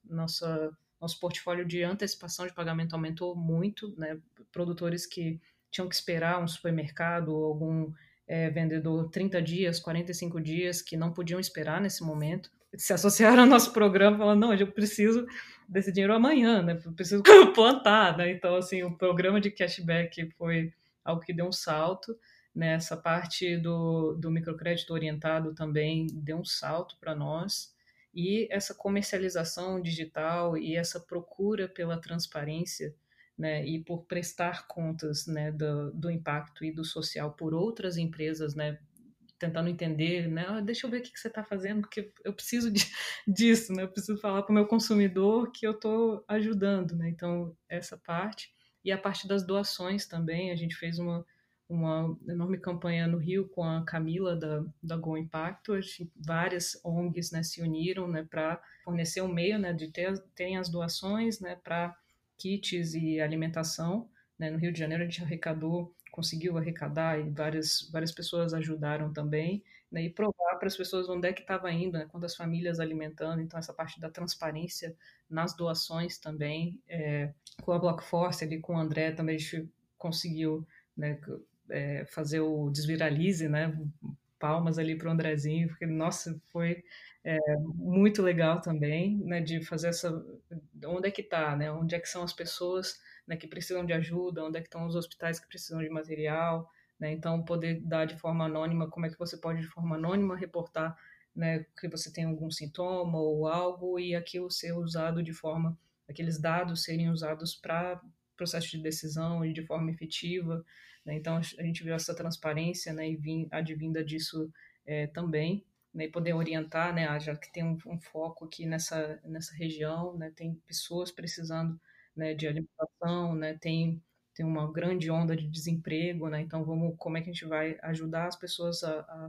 nosso portfólio de antecipação de pagamento aumentou muito, né, produtores que tinham que esperar um supermercado ou algum vendedor 30 dias, 45 dias, que não podiam esperar nesse momento, se associaram ao nosso programa, falando, não, eu preciso desse dinheiro amanhã, né? Eu preciso plantar, né? Então, assim, o programa de cashback foi algo que deu um salto, né? Essa parte do microcrédito orientado também deu um salto para nós, e essa comercialização digital e essa procura pela transparência, né, e por prestar contas, né, do impacto e do social por outras empresas, né, tentando entender, né, deixa eu ver o que você está fazendo, porque eu preciso disso, né, eu preciso falar para o meu consumidor que eu estou ajudando, né, então essa parte, e a parte das doações também, a gente fez uma enorme campanha no Rio com a Camila da Go Impacto, várias ONGs, né, se uniram, né, para fornecer um meio, né, de terem as doações, né, para kits e alimentação, né? No Rio de Janeiro a gente conseguiu arrecadar, e várias pessoas ajudaram também, né? E provar para as pessoas onde é que estava indo, né? Quantas famílias alimentando. Então essa parte da transparência nas doações também, com a Blockforce ali, com o André também a gente conseguiu, né, fazer o Desviralize, né? Palmas ali para o Andrezinho, porque, nossa, foi muito legal também, né, de fazer onde é que está, né, onde é que são as pessoas, né, que precisam de ajuda, onde é que estão os hospitais que precisam de material, né, então poder dar de forma anônima, como é que você pode de forma anônima reportar, né, que você tem algum sintoma ou algo, e aquilo ser usado de forma, aqueles dados serem usados para processo de decisão e de forma efetiva, né, então a gente viu essa transparência, né, e advinda disso também, né, e poder orientar, né, já que tem um foco aqui nessa região, né, tem pessoas precisando, né, de alimentação, né, tem uma grande onda de desemprego, né, então como é que a gente vai ajudar as pessoas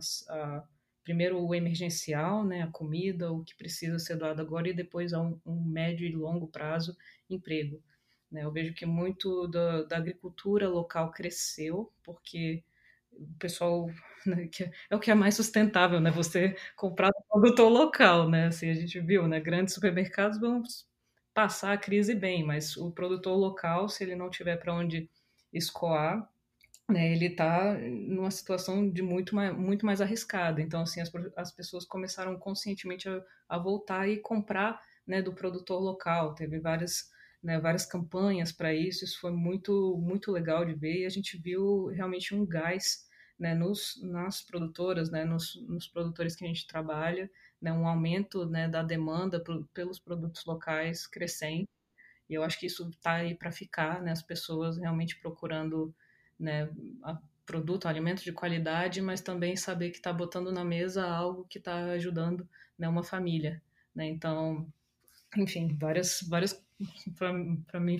primeiro o emergencial, né, a comida, o que precisa ser doado agora, e depois a um médio e longo prazo, emprego. Né, eu vejo que muito da agricultura local cresceu, porque o pessoal, né, que é o que é mais sustentável, né? Você comprar do produtor local, né? Assim, a gente viu, né? Grandes supermercados vão passar a crise bem, mas o produtor local, se ele não tiver para onde escoar, né, ele está numa situação de muito mais arriscada. Então, assim, as pessoas começaram conscientemente a voltar e comprar, né, do produtor local. Teve várias campanhas para isso. Isso foi muito legal de ver, e a gente viu realmente um gás, né, nas produtoras, né, nos produtores que a gente trabalha, né, um aumento, né, da demanda pelos produtos locais crescente. E eu acho que isso está aí para ficar, né? As pessoas realmente procurando, né, produto, alimento de qualidade, mas também saber que está botando na mesa algo que está ajudando, né, uma família, né? Então, enfim, várias para mim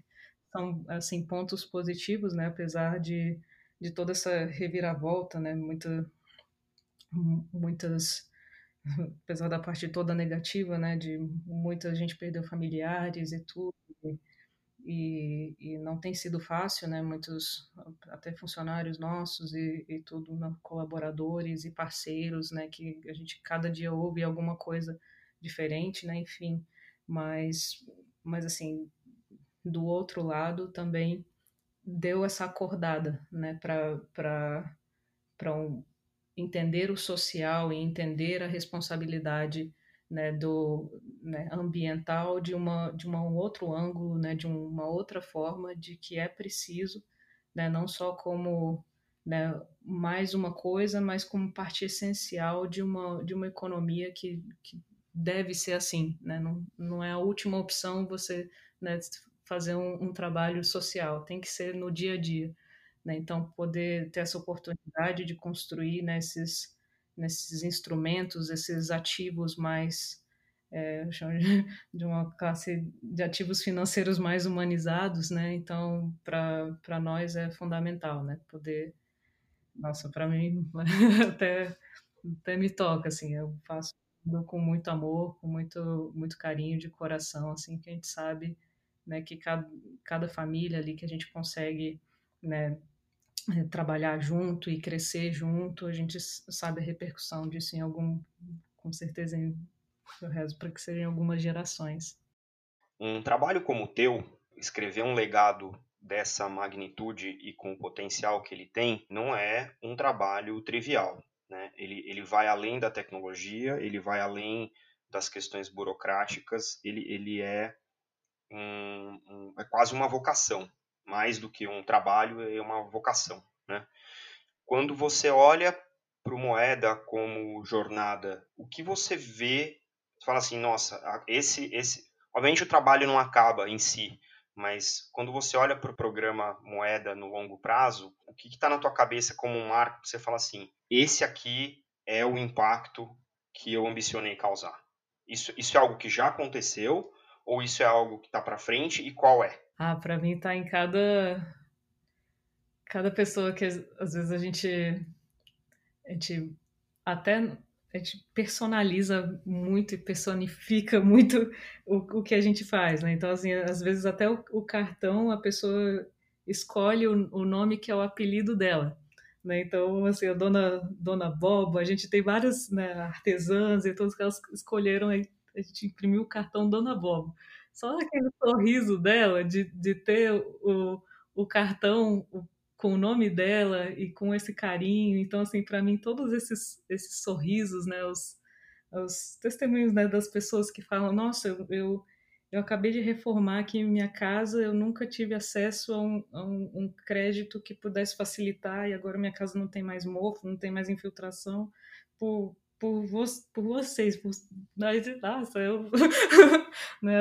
são assim pontos positivos, né? Apesar de toda essa reviravolta, né? Muitas, apesar da parte toda negativa, né? De muita gente perdeu familiares e tudo. E não tem sido fácil, né? Muitos, até funcionários nossos e tudo, né? Colaboradores e parceiros, né? Que a gente cada dia ouve alguma coisa diferente, né? Enfim, mas assim, do outro lado também deu essa acordada, né? Para entender o social e entender a responsabilidade, né, né, ambiental de um outro ângulo, né, de uma outra forma de que é preciso, né, não só como, né, mais uma coisa, mas como parte essencial de uma economia que deve ser assim, né? Não é a última opção você, né, fazer um trabalho social, tem que ser no dia a dia, né? Então, poder ter essa oportunidade de construir, né, nesses instrumentos, esses ativos mais, eu chamo de uma classe de ativos financeiros mais humanizados, né? Então, para nós é fundamental, né? Poder, nossa, para mim até até me toca, assim, eu faço tudo com muito amor, com muito carinho de coração, assim, que a gente sabe, né, que cada família ali que a gente consegue, né, trabalhar junto e crescer junto, a gente sabe a repercussão disso em algum, com certeza, eu rezo para que sejam algumas gerações. Um trabalho como o teu, escrever um legado dessa magnitude e com o potencial que ele tem, não é um trabalho trivial, né? Ele vai além da tecnologia, ele vai além das questões burocráticas, ele é é quase uma vocação, mais do que um trabalho, é uma vocação, né? Quando você olha para o Moeda como jornada, o que você vê? Você fala assim, nossa, obviamente o trabalho não acaba em si, mas quando você olha para o programa Moeda no longo prazo, o que está na tua cabeça como um marco que você fala assim, esse aqui é o impacto que eu ambicionei causar? Isso é algo que já aconteceu ou isso é algo que está para frente e qual é? Ah, para mim tá em cada pessoa que às vezes a gente até a gente personaliza muito e personifica muito o que a gente faz, né? Então, assim, às vezes até o cartão a pessoa escolhe o nome que é o apelido dela, né? Então, assim, a Dona Bobo, a gente tem várias, né, artesãs e todas que elas escolheram, aí a gente imprimiu o cartão Dona Bobo. Só aquele sorriso dela de ter o cartão, com o nome dela e com esse carinho. Então, assim, para mim, todos esses sorrisos, né, os testemunhos, né, das pessoas que falam: Nossa, eu acabei de reformar aqui minha casa, eu nunca tive acesso um crédito que pudesse facilitar, e agora minha casa não tem mais mofo, não tem mais infiltração. Por vocês, nossa, eu, né,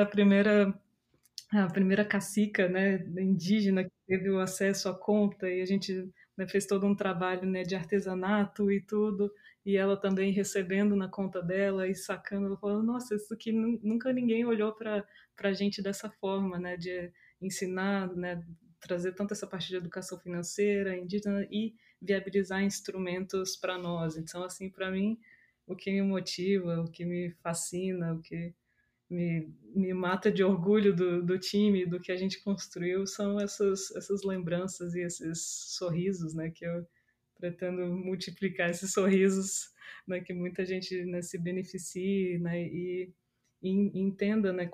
a primeira cacica, né, indígena que teve o acesso à conta e a gente, né, fez todo um trabalho, né, de artesanato e tudo, e ela também recebendo na conta dela e sacando, ela falando, nossa, isso aqui nunca ninguém olhou para a gente dessa forma, né, de ensinar, né, trazer tanto essa parte de educação financeira indígena e viabilizar instrumentos para nós. Então, assim, para mim, o que me motiva, o que me fascina, o que me mata de orgulho do time, do que a gente construiu, são essas lembranças e esses sorrisos, né, que eu pretendo multiplicar esses sorrisos, né, que muita gente, né, se beneficie, né, e entenda, né,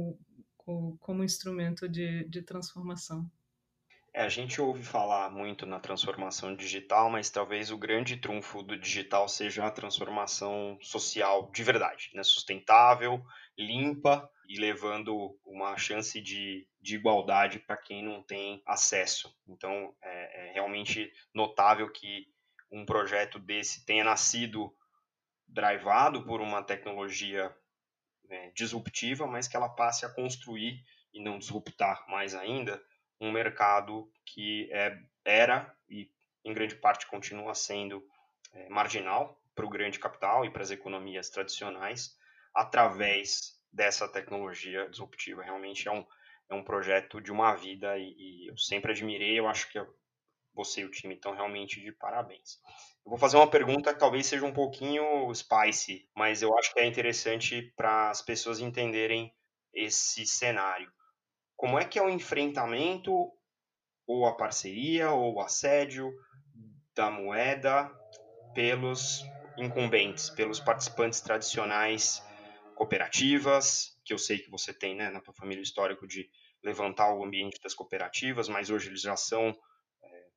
como instrumento de transformação. A gente ouve falar muito na transformação digital, mas talvez o grande trunfo do digital seja a transformação social de verdade, né? Sustentável, limpa e levando uma chance de igualdade para quem não tem acesso. Então, é realmente notável que um projeto desse tenha nascido drivado por uma tecnologia, né, disruptiva, mas que ela passe a construir e não disruptar mais ainda um mercado que era e em grande parte continua sendo marginal para o grande capital e para as economias tradicionais através dessa tecnologia disruptiva. Realmente é um projeto de uma vida e eu sempre admirei, eu acho que você e o time estão realmente de parabéns. Eu vou fazer uma pergunta que talvez seja um pouquinho spicy, mas eu acho que é interessante para as pessoas entenderem esse cenário. Como é que é o enfrentamento, ou a parceria, ou o assédio da moeda pelos incumbentes, pelos participantes tradicionais, cooperativas, que eu sei que você tem, né, na tua família, o histórico de levantar o ambiente das cooperativas, mas hoje eles já são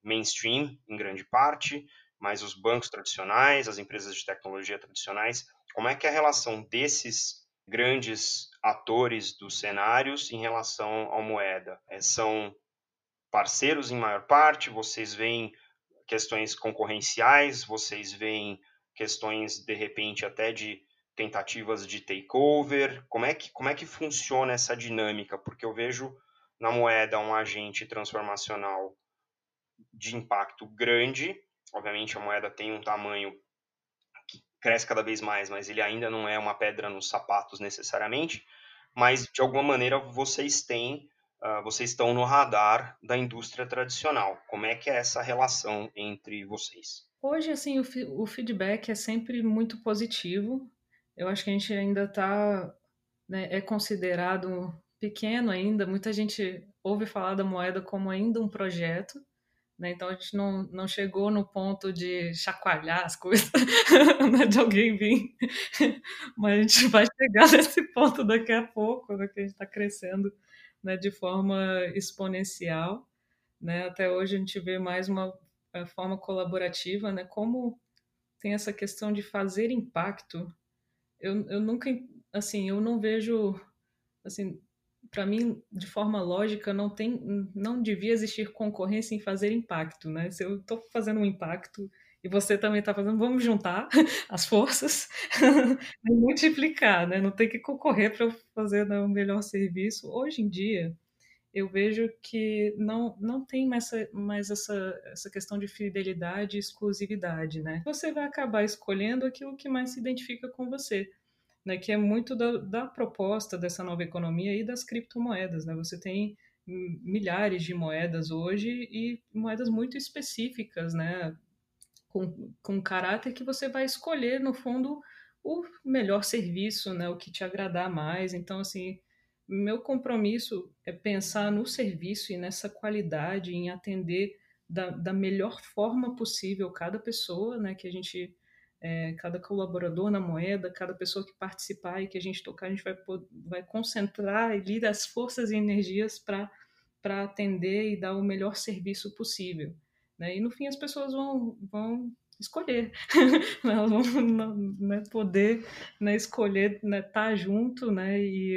mainstream em grande parte, mas os bancos tradicionais, as empresas de tecnologia tradicionais, Como é que é a relação desses grandes atores dos cenários em relação à moeda? São parceiros em maior parte? Vocês veem questões concorrenciais? Vocês veem questões, de repente, até de tentativas de takeover? Como é que funciona essa dinâmica? Porque eu vejo na moeda um agente transformacional de impacto grande. Obviamente, a moeda tem um tamanho que cresce cada vez mais, mas ele ainda não é uma pedra nos sapatos necessariamente. Mas, de alguma maneira, vocês estão no radar da indústria tradicional. Como é que é essa relação entre vocês? Hoje, assim, o feedback é sempre muito positivo. Eu acho que a gente ainda está, né, é considerado pequeno ainda. Muita gente ouve falar da moeda como ainda um projeto, né? Então a gente não chegou no ponto de chacoalhar as coisas, né, de alguém vir. Mas a gente vai chegar nesse ponto daqui a pouco, né, que a gente está crescendo, né, de forma exponencial, né? Até hoje a gente vê mais uma forma colaborativa, né? Como tem essa questão de fazer impacto. Eu nunca, assim, eu não vejo, assim, para mim, de forma lógica, não devia existir concorrência em fazer impacto, né? Se eu estou fazendo um impacto e você também está fazendo, vamos juntar as forças e multiplicar, né? Não tem que concorrer para eu fazer, né, o melhor serviço. Hoje em dia, eu vejo que não tem mais essa questão de fidelidade e exclusividade, né? Você vai acabar escolhendo aquilo que mais se identifica com você, né? Que é muito da proposta dessa nova economia e das criptomoedas, né? Você tem milhares de moedas hoje e moedas muito específicas, né? Com caráter que você vai escolher, no fundo, o melhor serviço, né? O que te agradar mais. Então, assim, meu compromisso é pensar no serviço e nessa qualidade, em atender da melhor forma possível cada pessoa, né? Que a gente, cada colaborador na moeda, cada pessoa que participar e que a gente tocar, a gente vai concentrar ali as forças e energias para atender e dar o melhor serviço possível. Né? E no fim as pessoas vão escolher, elas vão, né, poder, né, escolher, né, estar junto, né,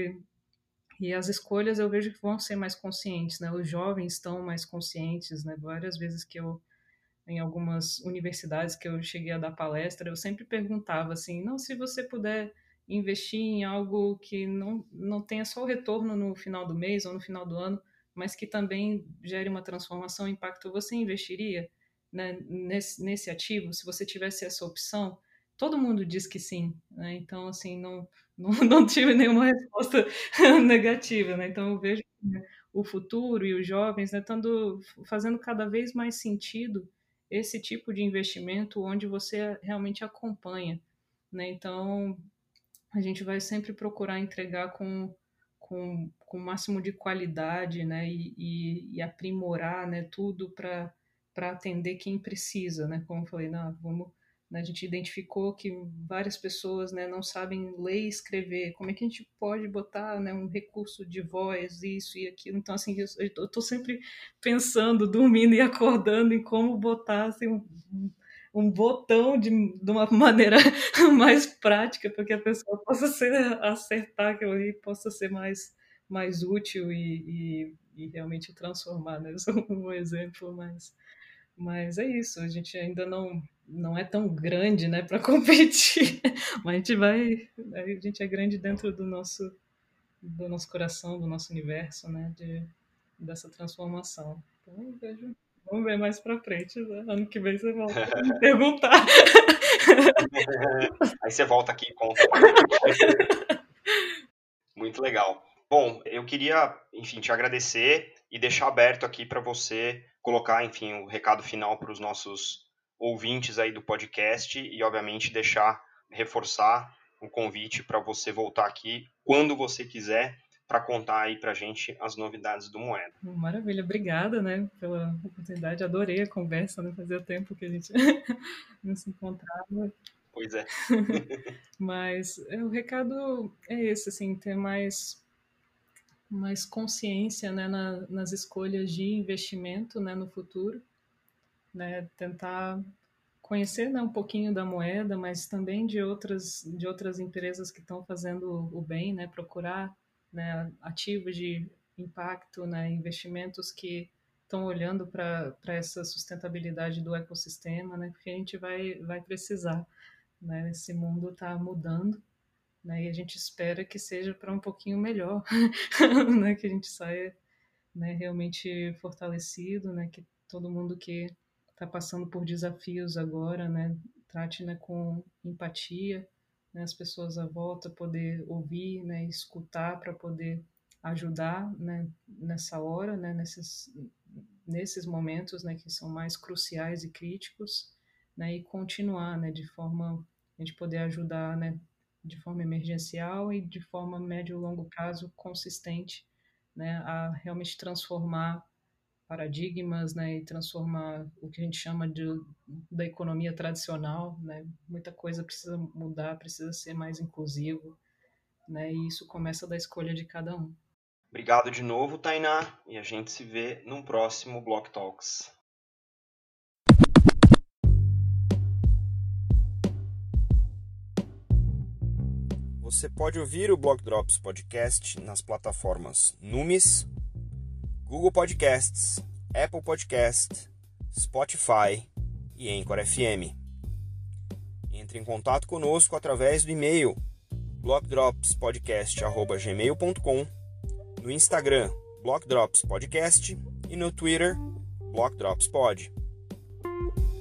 e as escolhas eu vejo que vão ser mais conscientes, né, os jovens estão mais conscientes, né, várias vezes que eu em algumas universidades que eu cheguei a dar palestra, eu sempre perguntava assim, não, se você puder investir em algo que não tenha só o retorno no final do mês ou no final do ano, mas que também gere uma transformação, impacto, você investiria, né, nesse ativo? Se você tivesse essa opção, todo mundo diz que sim, né? Então, assim, não tive nenhuma resposta negativa, né? Então, eu vejo o futuro e os jovens, né, fazendo cada vez mais sentido esse tipo de investimento onde você realmente acompanha, né? Então, a gente vai sempre procurar entregar com o máximo de qualidade, né? E aprimorar, né, tudo para atender quem precisa, né? Como eu falei, não, vamos, né, a gente identificou que várias pessoas, né, não sabem ler e escrever. Como é que a gente pode botar, né, um recurso de voz, isso e aquilo? Então, assim, eu estou sempre pensando, dormindo e acordando em como botar assim, um botão de uma maneira mais prática para que a pessoa possa acertar aquilo ali, possa ser mais útil e realmente transformar, né? Eu sou um exemplo, mas é isso, a gente ainda não é tão grande, né, para competir, mas a gente é grande dentro do nosso coração, do nosso universo, né, dessa transformação. Então, eu vejo, vamos ver mais para frente, né? Ano que vem você volta a me perguntar. Aí você volta aqui e conta pra gente. Muito legal. Bom, eu queria, enfim, te agradecer e deixar aberto aqui para você colocar, enfim, o recado final para os nossos ouvintes aí do podcast e, obviamente, reforçar o convite para você voltar aqui quando você quiser para contar aí para a gente as novidades do Moeda. Maravilha, obrigada, né, pela oportunidade, adorei a conversa, né, fazia tempo que a gente não se encontrava, Pois é. mas o recado é esse, assim, ter mais consciência, né, nas escolhas de investimento, né, no futuro, né, tentar conhecer, né, um pouquinho da moeda, mas também de outras empresas que estão fazendo o bem, né, procurar, né, ativos de impacto, né, investimentos que estão olhando para essa sustentabilidade do ecossistema, né, porque a gente vai precisar, né, esse mundo está mudando, né, e a gente espera que seja para um pouquinho melhor, né, que a gente saia, né, realmente fortalecido, né, que todo mundo que está passando por desafios agora, né, trate, né, com empatia, né, as pessoas à volta poder ouvir, né, escutar para poder ajudar, né, nessa hora, né, nesses momentos, né, que são mais cruciais e críticos, né, e continuar, né, de forma a gente poder ajudar, né, de forma emergencial e de forma médio e longo prazo consistente, né, a realmente transformar paradigmas, né, e transformar o que a gente chama da economia tradicional, né, muita coisa precisa mudar, precisa ser mais inclusivo, né, e isso começa da escolha de cada um. Obrigado de novo, Tainá, e a gente se vê num próximo Block Talks. Você pode ouvir o Block Drops Podcast nas plataformas Numis, Google Podcasts, Apple Podcast, Spotify e Anchor FM. Entre em contato conosco através do e-mail blockdropspodcast@gmail.com, no Instagram Block Drops Podcast e no Twitter Block Drops Pod.